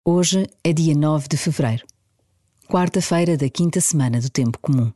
Hoje é dia 9 de fevereiro, quarta-feira da quinta semana do Tempo Comum.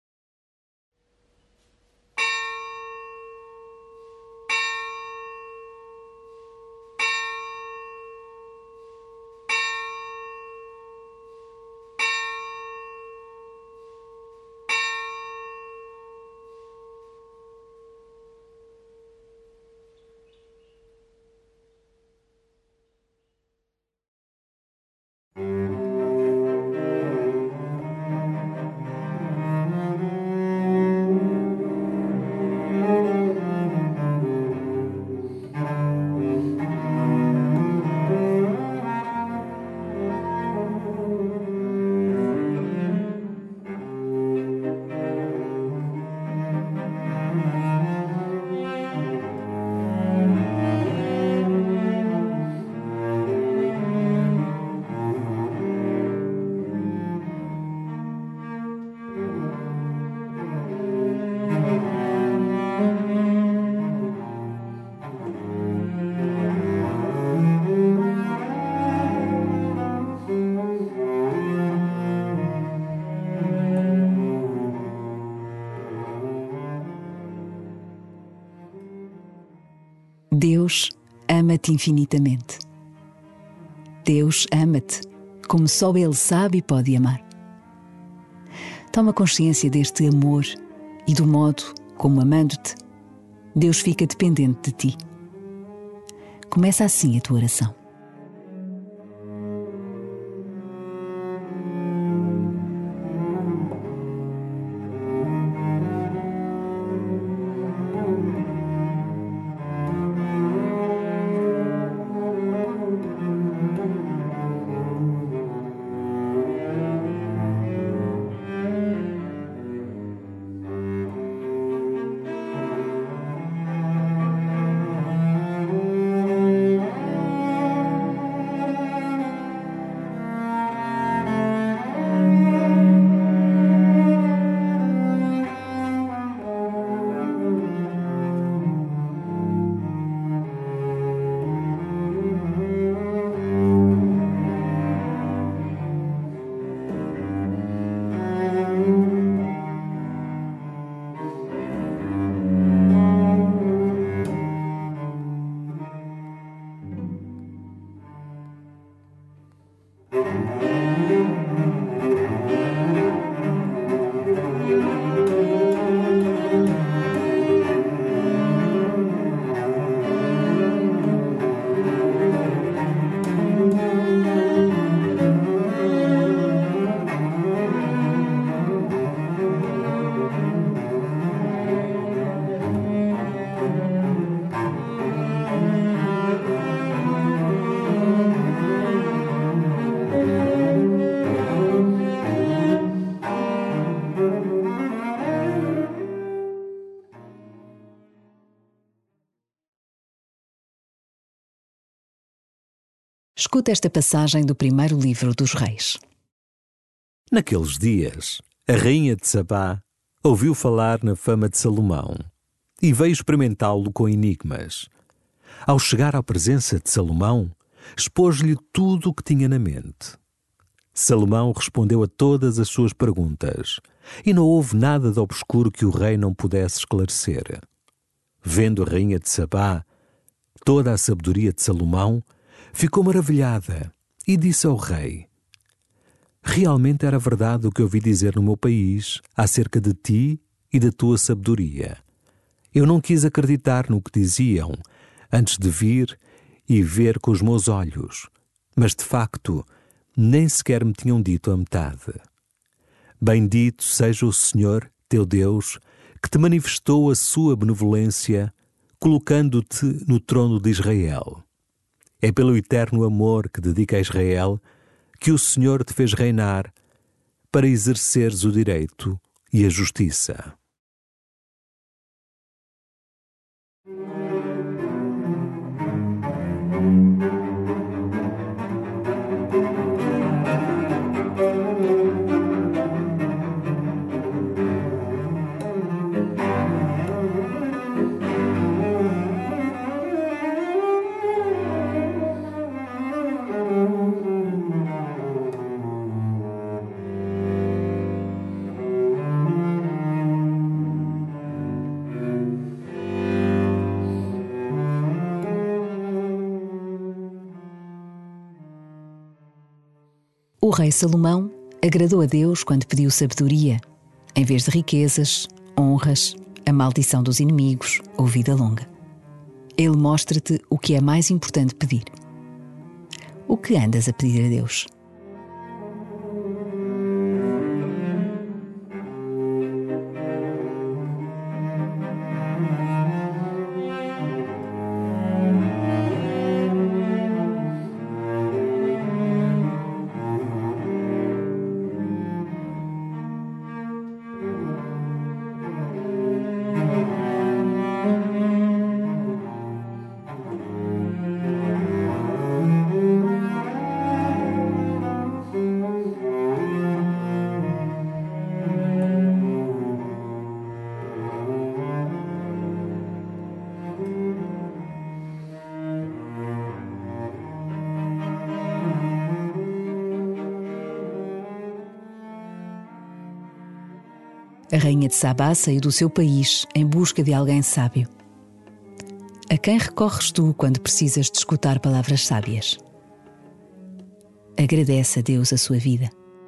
Deus ama-te infinitamente. Deus ama-te como só Ele sabe e pode amar. Toma consciência deste amor e do modo como, amando-te, Deus fica dependente de ti. Começa assim a tua oração. Escuta esta passagem do primeiro livro dos Reis. Naqueles dias, a rainha de Sabá ouviu falar na fama de Salomão e veio experimentá-lo com enigmas. Ao chegar à presença de Salomão, expôs-lhe tudo o que tinha na mente. Salomão respondeu a todas as suas perguntas e não houve nada de obscuro que o rei não pudesse esclarecer. Vendo a rainha de Sabá toda a sabedoria de Salomão, ficou maravilhada e disse ao rei: realmente era verdade o que ouvi dizer no meu país acerca de ti e da tua sabedoria. Eu não quis acreditar no que diziam antes de vir e ver com os meus olhos, mas de facto nem sequer me tinham dito a metade. Bendito seja o Senhor, teu Deus, que te manifestou a sua benevolência, colocando-te no trono de Israel. É pelo eterno amor que dedica a Israel que o Senhor te fez reinar para exerceres o direito e a justiça. O rei Salomão agradou a Deus quando pediu sabedoria, em vez de riquezas, honras, a maldição dos inimigos ou vida longa. Ele mostra-te o que é mais importante pedir. O que andas a pedir a Deus? A rainha de Sabá saiu do seu país em busca de alguém sábio. A quem recorres tu quando precisas de escutar palavras sábias? Agradece a Deus a sua vida.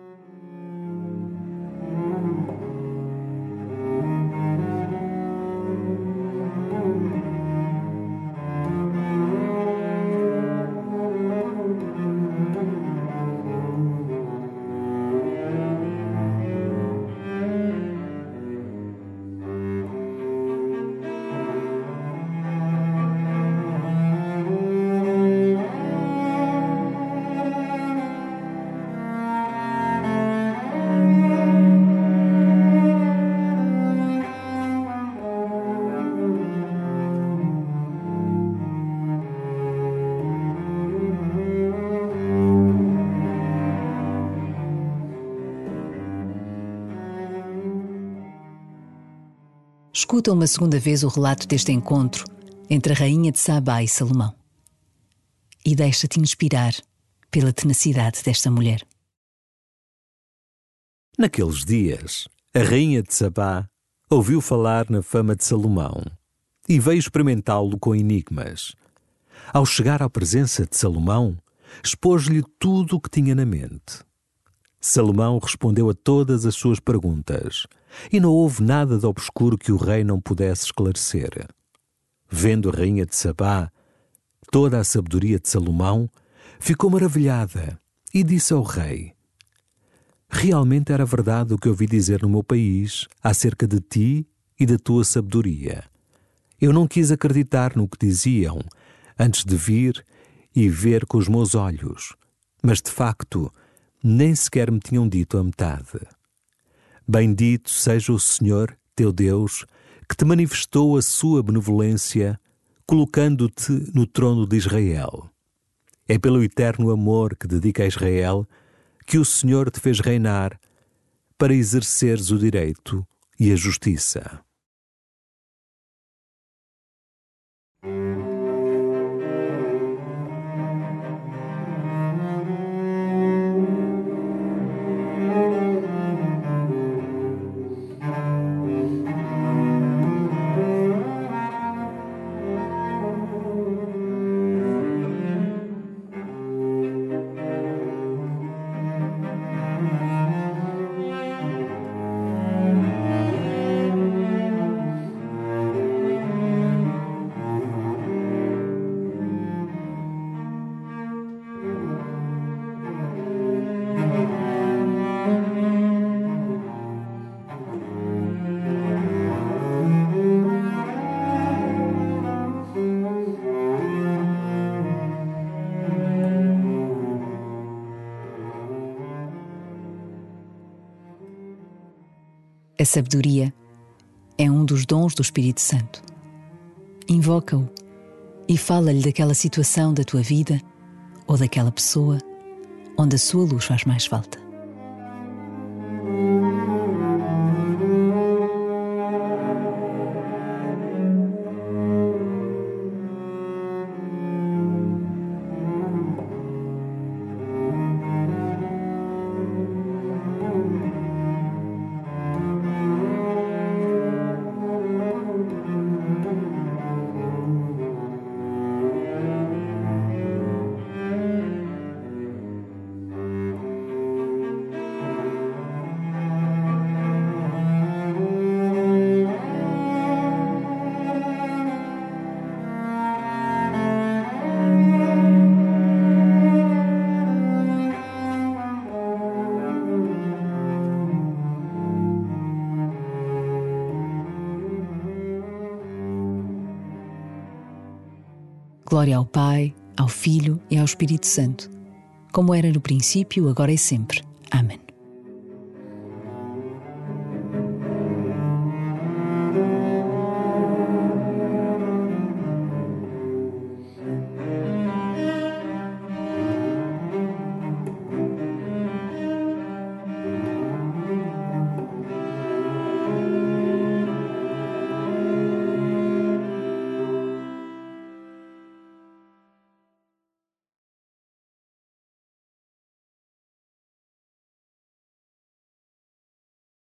Escuta uma segunda vez o relato deste encontro entre a rainha de Sabá e Salomão e deixa-te inspirar pela tenacidade desta mulher. Naqueles dias, a rainha de Sabá ouviu falar na fama de Salomão e veio experimentá-lo com enigmas. Ao chegar à presença de Salomão, expôs-lhe tudo o que tinha na mente. Salomão respondeu a todas as suas perguntas e não houve nada de obscuro que o rei não pudesse esclarecer. Vendo a rainha de Sabá toda a sabedoria de Salomão, ficou maravilhada e disse ao rei: realmente era verdade o que ouvi dizer no meu país acerca de ti e da tua sabedoria. Eu não quis acreditar no que diziam antes de vir e ver com os meus olhos, mas de facto nem sequer me tinham dito a metade. Bendito seja o Senhor, teu Deus, que te manifestou a sua benevolência, colocando-te no trono de Israel. É pelo eterno amor que dedica a Israel que o Senhor te fez reinar para exerceres o direito e a justiça. A sabedoria é um dos dons do Espírito Santo. Invoca-o e fala-lhe daquela situação da tua vida ou daquela pessoa onde a sua luz faz mais falta. Glória ao Pai, ao Filho e ao Espírito Santo, como era no princípio, agora e sempre. Amém.